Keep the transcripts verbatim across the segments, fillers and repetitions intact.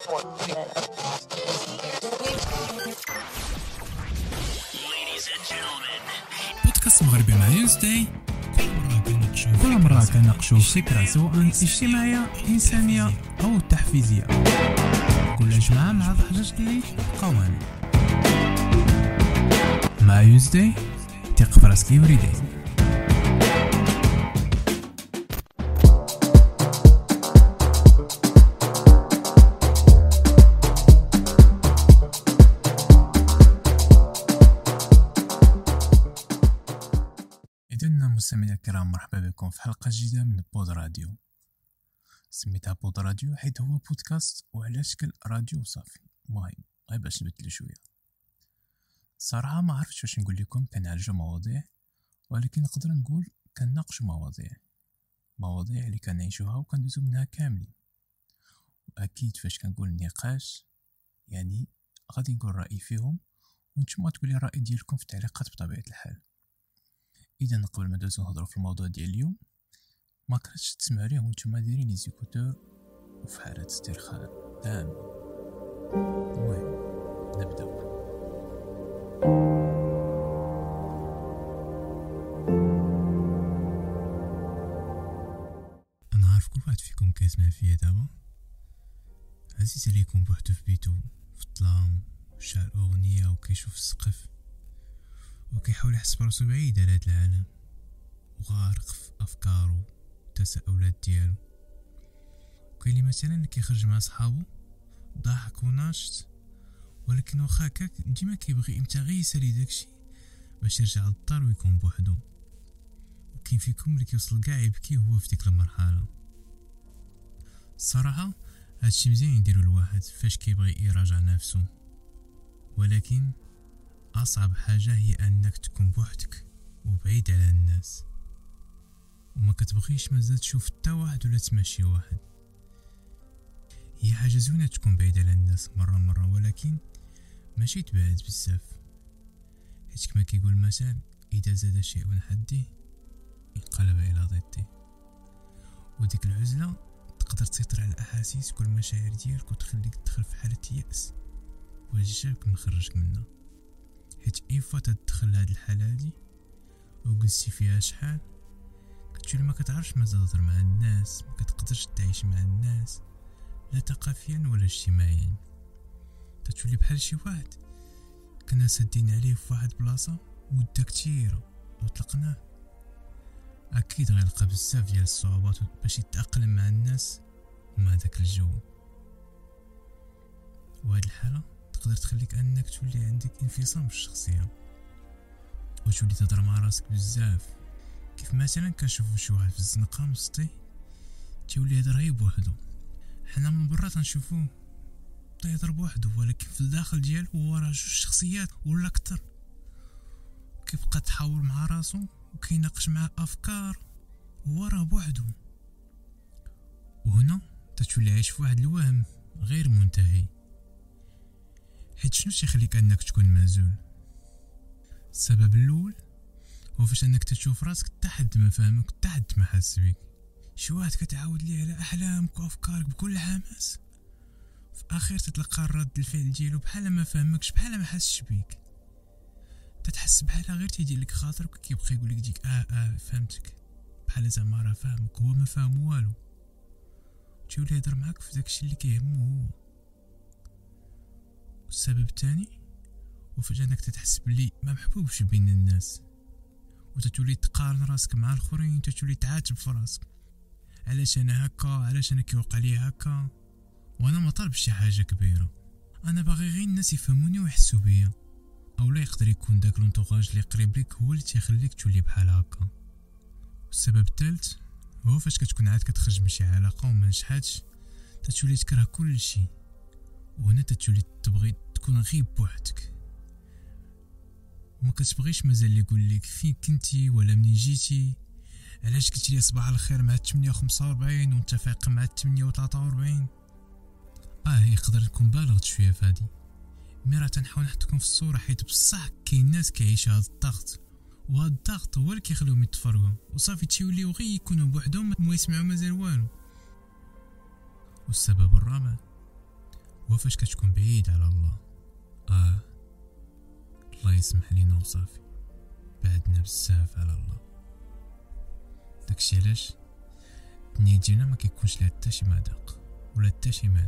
بودكاست مغربي مع يوزداي. كل مرة كنناقشوا فكرة سواء اجتماعية إنسانية أو تحفيزية، كل جمعة مع ضحجة اللي قوانين. مع يوزداي تيق فراسك يوريدي. مستمعينا الكرام، مرحبا بكم في حلقة جديدة من بود راديو. سميتها بود راديو حيث هو بودكاست وعلى شكل راديو صافي. المهم غير باش نبدلو شويه. صراحه ما عرفتش واش نقول لكم، كنعالجوا مواضيع ولكن نقدر نقول كنناقشوا مواضيع مواضيع اللي كنعيشوها وكندوزو منها كاملين. واكيد فاش كنقول النقاش يعني غادي نقول رايي فيهم وانتم تقولوا الراي ديالكم في التعليقات بطبيعه الحال. اذا قبل ما ندوزو نهضروا في الموضوع ديال اليوم، ما كرهتش تسمعوا ليه وانتم دايرين لي زيكوتور وفي حاله استرخاء تام. المهم نبداو. انا عارف كل واحد فيكم كيسمع فيا دابا عزيز عليكم بوحدو في بيتو في الظلام وشعل اغنيه وكيشوف السقف وكيحاول يحس براسو بعيد على هذا العالم وغارق في افكارو والتساؤلات ديالو. كاين اللي مثلا كيخرج مع صحابو ضاحك وناشط، ولكن واخا هكاك ديما كيبغي امتى غير يسالي داكشي باش يرجع للدار ويكون بوحدو. وكاين فيكم اللي كيوصل كاع يبكي وهو في ديك المرحله. الصراحه هادشي مزيان يديرو الواحد فاش كيبغي يراجع نفسه، ولكن أصعب حاجة هي أنك تكون بوحدك وبعيد على الناس وما كتبغيش مازال تشوف حتى واحد ولا تسمع شي واحد. هي حاجة زوينة تكون بعيد على الناس مرة مرة، ولكن ماشي تبعد بزاف، حيت كما كيقول المثل إذا زاد شيء حدي انقلب إلى ضده. وديك العزلة تقدر تسيطر على الأحاسيس والمشاعر ديالك وتخليك تدخل في حالة يأس واش جابك مخرجك منها. حيت اين فوا تدخل هاد الحالة هادي وجلستي فيها شحال كتولي ما كتعرفش مازال تهضر مع الناس، ما كتقدرش تعيش مع الناس لا ثقافيا ولا اجتماعيا. تتولي بحال شي واحد كنا سادين عليه في واحد بلاصه مده كتيره وطلقناه. اكيد غيلقى بزاف ديال الصعوبات باش يتاقلم مع الناس ومع داك الجو. وهاد الحاله تقدر تخليك انك تولي عندك انفصام في الشخصيه وتولي تهضر مع راسك بزاف. كيف مثلا كنشوفوا شي واحد في الزنقه مسطي تيولي يهضر غير بوحدو، حنا من برا تنشوفوه تيهضر بوحدو، ولكن في الداخل ديالو هو راه جوج شخصيات ولا اكثر. كيبقى تحاور مع راسو وكيناقش مع افكار هو راه بوحدو. وهنا تتولي عايش في واحد الوهم غير منتهي. حيت شنو تيخليك انك تكون معزول؟ السبب الاول هو فاش انك تشوف راسك حتى حد ما فاهمك حتى حد ما حاس بك. شي واحد كتعاود ليه على احلامك وافكارك بكل حماس، في اخر تتلقى الرد الفعل ديالو بحال ما فهمكش بحال ما حسش بيك. تتحس بحال غير تيدير لك خاطرك كيبقى يقول لك ديك اه اه فهمتك، بحال زعما راه فاهمك هو ما فاهم والو. تولي يهضر معاك في داكشي اللي كيهمو هو. السبب الثاني وفاش انك تتحس بلي ما محبوبش بين الناس وتتولي تقارن راسك مع الاخرين، تتولي تعاتب في راسك علاش انا هكا، علاش انا كيوقع لي هكا، وانا ما طالبش شي حاجه كبيره، انا باغي غير الناس يفهموني ويحسوا بيا. او لا يقدر يكون داك لونطوغاج اللي قريب لك هو اللي تيخليك تولي بحال هكا. والسبب الثالث هو فاش كتكون عاد كتخرج من شي علاقه وما نجحاتش تتولي تكره كل شيء، وهنا تتولي تبغي تكون غير بوحدك وما كتبغيش مازال اللي يقول لك فين كنتي ولا منين جيتي، علاش قلت لي صباح الخير مع ثمانية وخمسة وأربعين وانت فايق مع ثمانية وثلاثة وأربعين. اه يقدر نكون بالغت شويه فادي، مي راه تنحاول نحطكم في الصوره حيت بصح كاين ناس كيعيشوا هذا الضغط، وهذا الضغط هو اللي كيخليهم يتفرقوا وصافي تيوليو غير يكونوا بوحدهم ما يسمعوا مازال والو. والسبب الرابع هو فاش كتكون بعيد على الله. اه الله يسمح لينا وصافي، بعدنا بزاف على الله. داكشي علاش الدنيا ديالنا ما كيكونش لها حتى شي مذاق ولا حتى شي معنى.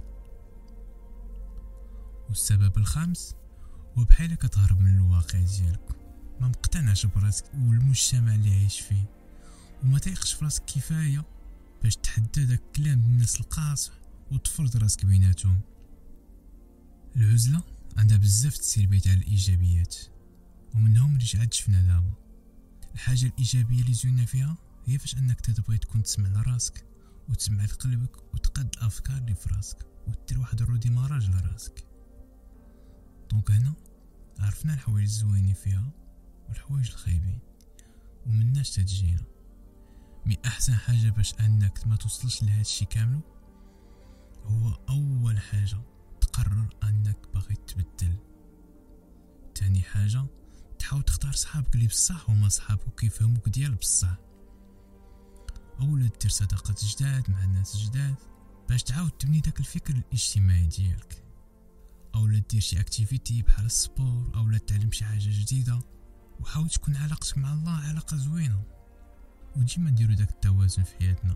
والسبب الخامس هو بحال كتهرب من الواقع ديالك، ما مقتنعش براسك والمجتمع اللي عايش فيه، وما تيقش في راسك كفايه باش تحدى داك كلام الناس القاصح وتفرض راسك بيناتهم. العزله عندها بزاف السلبيات على الايجابيات، ومنهم اللي جات شفنا دابا. الحاجه الايجابيه اللي زوينه فيها هي فاش انك تبغي تكون تسمع لراسك وتسمع لقلبك وتقاد الافكار اللي في راسك ودير واحد الروديماراج لراسك. دونك هنا عرفنا الحوايج الزوينين فيها والحوايج الخايبين، ومناش تتجينا. مي احسن حاجه باش انك ما توصلش لهذا الشيء كامل هو اول حاجه تقرر انك باغي تبدل. تاني حاجه تحاول تختار صحابك اللي بصح وما صحابك كيفهموك ديال بصح، اولا دير صداقات جداد مع ناس جداد باش تعاود تبني داك الفكر الاجتماعي ديالك، اولا دير شي اكتيفيتي بحال السبور، اولا تعلم شي حاجه جديده، وحاول تكون علاقتك مع الله علاقه زوينه، وديما نديرو داك التوازن في حياتنا.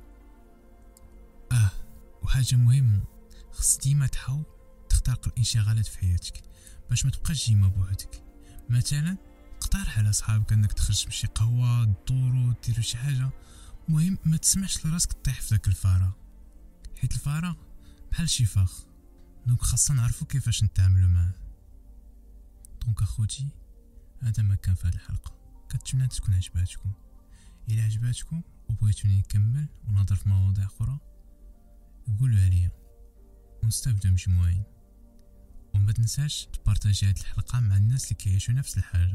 اه وحاجه مهمه، خص ديما تحاول تخترق الانشغالات في حياتك باش ما تبقاش ديما بوحدك. مثلا اقترح على صحابك انك تخرج تمشي قهوه، تدورو، ديروا شي حاجه. مهم ما تسمعش لراسك تطيح في داك الفراغ، حيت الفراغ بحال شي فخ، دونك خاصنا نعرفو كيفاش نتعاملوا معاه. دونك اخوتي هذا ما كان في هذه الحلقه، كنتمنى تكون عجباتكم. الى عجباتكم وبغيتوني نكمل ونهضر في مواضيع اخرى قولوا عليا ونستافدوا مجموعين، وما تنساش تبارطاجي هذه الحلقه مع الناس اللي كيعيشوا نفس الحاجه.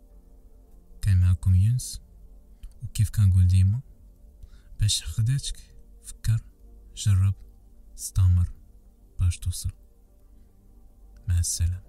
كان معكم يونس، وكيف كنقول ديما باش خداتك فكر، جرب، استمر باش توصل. مع السلامه.